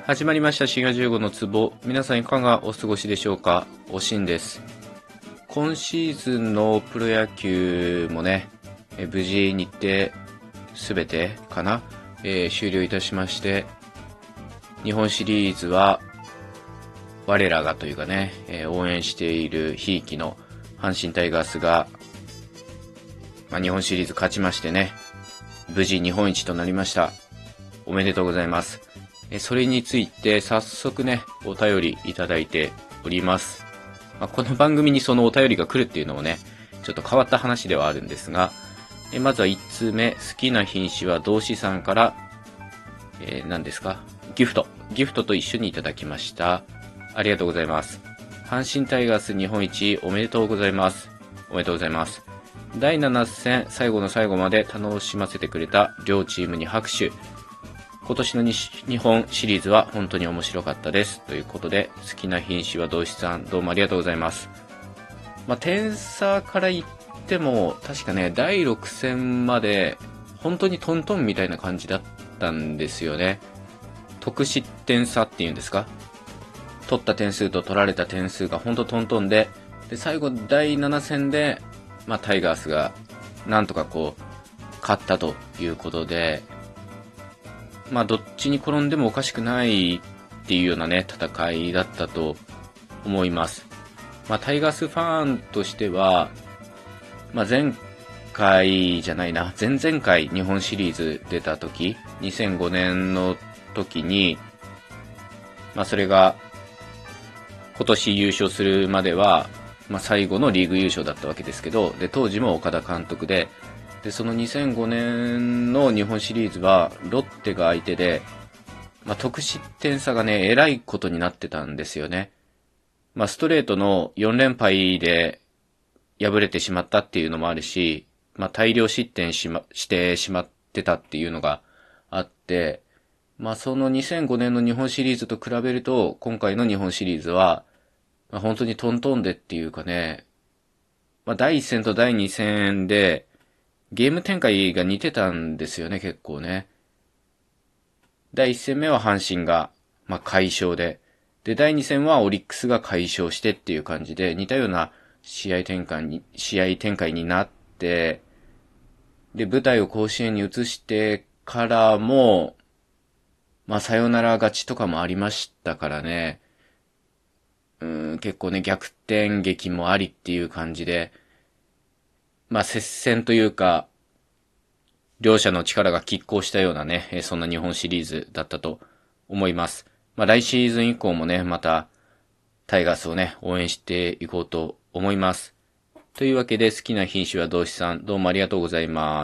始まりました滋賀15の壺。皆さんいかがお過ごしでしょうか。おしんです。今シーズンのプロ野球もね、無事日程すべてかな、終了いたしまして、日本シリーズは我らがというかね、応援しているひいきの阪神タイガースが、日本シリーズ勝ちましてね、無事日本一となりました。おめでとうございます。それについて早速ね、お便りいただいております。この番組にそのお便りが来るっていうのもね、ちょっと変わった話ではあるんですが、まずは1通目、好きな品種は同志さんから、何ですか、ギフトと一緒にいただきました。ありがとうございます。阪神タイガース日本一おめでとうございます。おめでとうございます。第7戦最後の最後まで楽しませてくれた両チームに拍手。今年の日本シリーズは本当に面白かったです。ということで、好きな品種は同志さん、どうもありがとうございます。点差から言っても、確かね、第6戦まで、本当にトントンみたいな感じだったんですよね。得失点差っていうんですか。取った点数と取られた点数が本当トントンで、最後第7戦で、タイガースが、なんとか勝ったということで、どっちに転んでもおかしくないっていうようなね、戦いだったと思います。タイガースファンとしては、前回じゃないな、前々回日本シリーズ出た時、2005年の時に、それが今年優勝するまでは、最後のリーグ優勝だったわけですけど、で、当時も岡田監督で、その2005年の日本シリーズはロッテが相手で、得失点差がね、えらいことになってたんですよね。ストレートの4連敗で敗れてしまったっていうのもあるし、大量失点してしまってたっていうのがあって、その2005年の日本シリーズと比べると、今回の日本シリーズは、本当にトントンでっていうかね、第1戦と第2戦で、ゲーム展開が似てたんですよね、結構ね。第1戦目は阪神が、快勝で、第2戦はオリックスが快勝してっていう感じで、似たような試合展開になって、で、舞台を甲子園に移してからも、サヨナラ勝ちとかもありましたからね。結構ね、逆転劇もありっていう感じで、接戦というか、両者の力が拮抗したようなね、そんな日本シリーズだったと思います。来シーズン以降もね、また、タイガースをね、応援していこうと思います。というわけで、好きな品種は同志さん、どうもありがとうございます。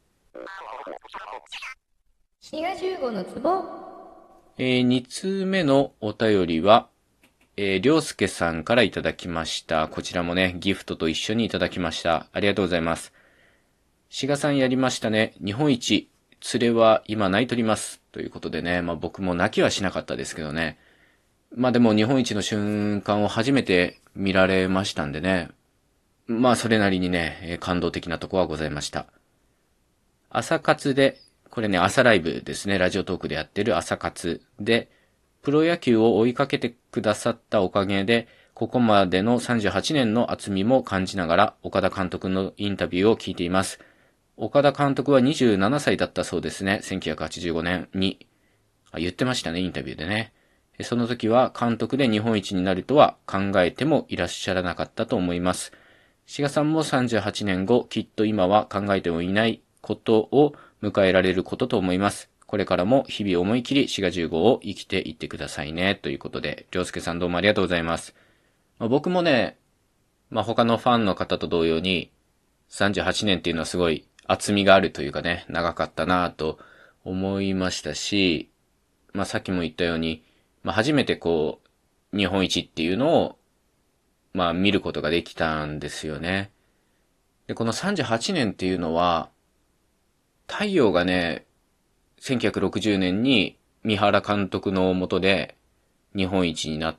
滋賀15の壺。 2通目のお便りは、りょうすけさんからいただきました。こちらもね、ギフトと一緒にいただきました。ありがとうございます。志賀さんやりましたね。日本一、連れは今泣いとります。ということでね、僕も泣きはしなかったですけどね。でも日本一の瞬間を初めて見られましたんでね。それなりにね、感動的なとこはございました。朝活で、これね、朝ライブですね。ラジオトークでやってる朝活で、プロ野球を追いかけてくださったおかげで、ここまでの38年の厚みも感じながら、岡田監督のインタビューを聞いています。岡田監督は27歳だったそうですね。1985年に。言ってましたね、インタビューでね。その時は監督で日本一になるとは考えてもいらっしゃらなかったと思います。志賀さんも38年後、きっと今は考えてもいないことを迎えられることと思います。これからも日々思い切り滋賀15を生きていってくださいね。ということで、りょうすけさんどうもありがとうございます。僕もね、他のファンの方と同様に、38年っていうのはすごい厚みがあるというかね、長かったなぁと思いましたし、さっきも言ったように、初めて日本一っていうのを、見ることができたんですよね。で、この38年っていうのは、太陽がね、1960年に三原監督の下で日本一になって、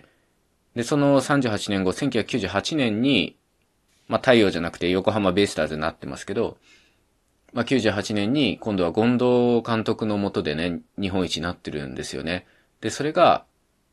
で、その38年後、1998年に、太陽じゃなくて横浜ベイスターズになってますけど、98年に今度は権藤監督の下でね、日本一になってるんですよね。 で、それが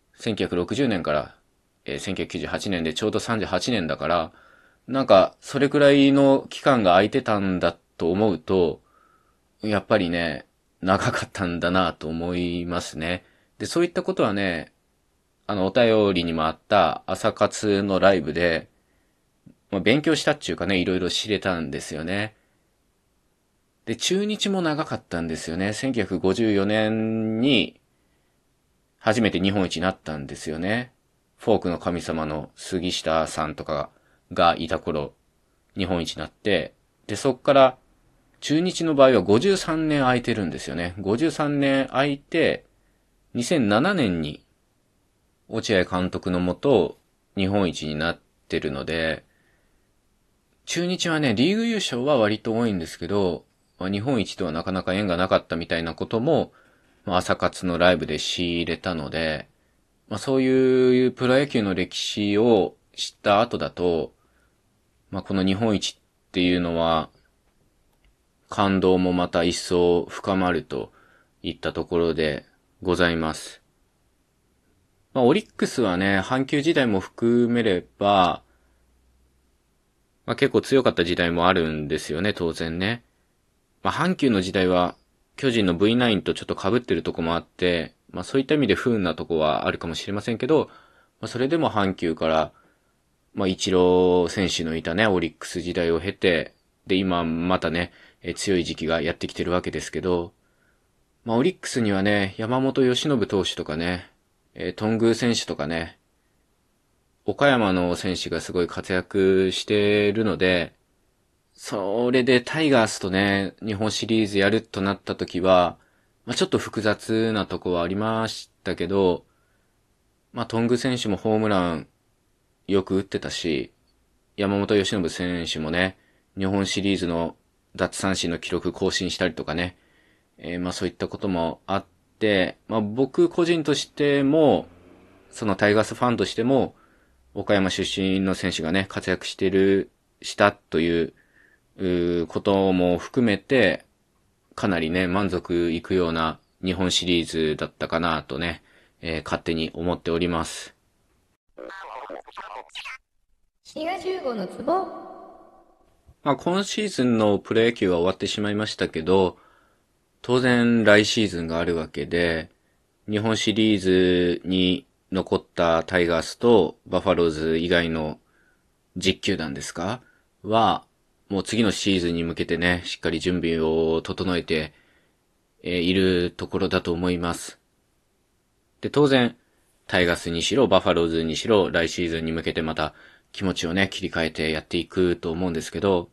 1960年から、1998年でちょうど38年だから、なんかそれくらいの期間が空いてたんだと思うと、やっぱりね、長かったんだなと思いますね。で、そういったことはね、お便りにもあった朝活のライブで、勉強したっていうかね、いろいろ知れたんですよね。で、中日も長かったんですよね。1954年に初めて日本一になったんですよね。フォークの神様の杉下さんとかがいた頃、日本一になって、で、そっから中日の場合は53年空いてるんですよね。53年空いて、2007年に落合監督のもと日本一になってるので、中日はね、リーグ優勝は割と多いんですけど、日本一とはなかなか縁がなかったみたいなことも、朝活のライブで仕入れたので、そういうプロ野球の歴史を知った後だと、この日本一っていうのは、感動もまた一層深まるといったところでございます。オリックスはね、阪急時代も含めれば、結構強かった時代もあるんですよね、当然ね。阪急の時代は、巨人の V9 とちょっと被ってるとこもあって、そういった意味で不運なとこはあるかもしれませんけど、それでも阪急から、イチロー選手のいたね、オリックス時代を経て、で、今またね、強い時期がやってきてるわけですけど、オリックスにはね、山本由伸投手とかね、頓宮選手とかね、岡山の選手がすごい活躍してるので、それでタイガースとね、日本シリーズやるとなった時は、ちょっと複雑なとこはありましたけど、トング選手もホームランよく打ってたし、山本由伸選手もね、日本シリーズの奪三振の記録更新したりとかね、そういったこともあって、僕個人としても、そのタイガースファンとしても、岡山出身の選手がね、活躍したということも含めて、かなりね、満足いくような日本シリーズだったかなとね、勝手に思っております。 滋賀15のツボ。 今シーズンのプロ野球は終わってしまいましたけど、当然来シーズンがあるわけで、日本シリーズに残ったタイガースとバファローズ以外の10球団ですかは、もう次のシーズンに向けてね、しっかり準備を整えているところだと思います。で、当然、タイガースにしろ、バファローズにしろ、来シーズンに向けてまた気持ちをね、切り替えてやっていくと思うんですけど、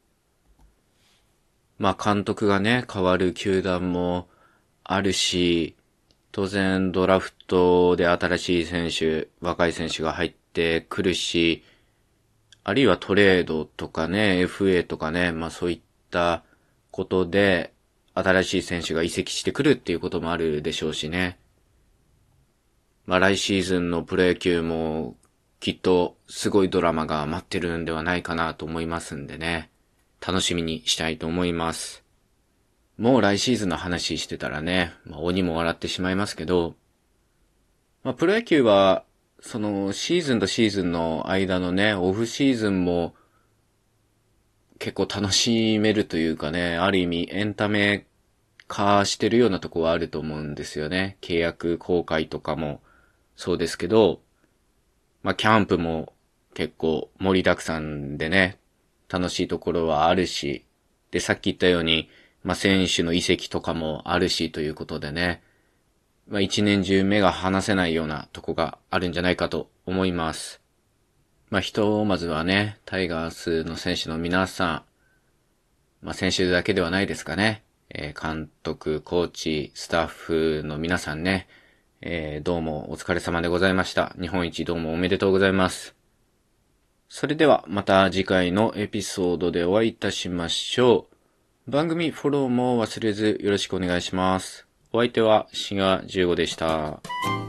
監督がね、変わる球団もあるし、当然ドラフトで新しい選手、若い選手が入ってくるし、あるいはトレードとかね、FA とかね、そういったことで、新しい選手が移籍してくるっていうこともあるでしょうしね。来シーズンのプロ野球も、きっとすごいドラマが待ってるんではないかなと思いますんでね。楽しみにしたいと思います。もう来シーズンの話してたらね、鬼も笑ってしまいますけど、プロ野球は、そのシーズンとシーズンの間のね、オフシーズンも結構楽しめるというかね、ある意味エンタメ化してるようなとこはあると思うんですよね。契約更改とかもそうですけど、キャンプも結構盛りだくさんでね、楽しいところはあるし、で、さっき言ったように、選手の移籍とかもあるしということでね、一年中目が離せないようなとこがあるんじゃないかと思います。ひとまずはね、タイガースの選手の皆さん、選手だけではないですかね。監督、コーチ、スタッフの皆さんね、どうもお疲れ様でございました。日本一どうもおめでとうございます。それではまた次回のエピソードでお会いいたしましょう。番組フォローも忘れずよろしくお願いします。お相手は滋賀15でした。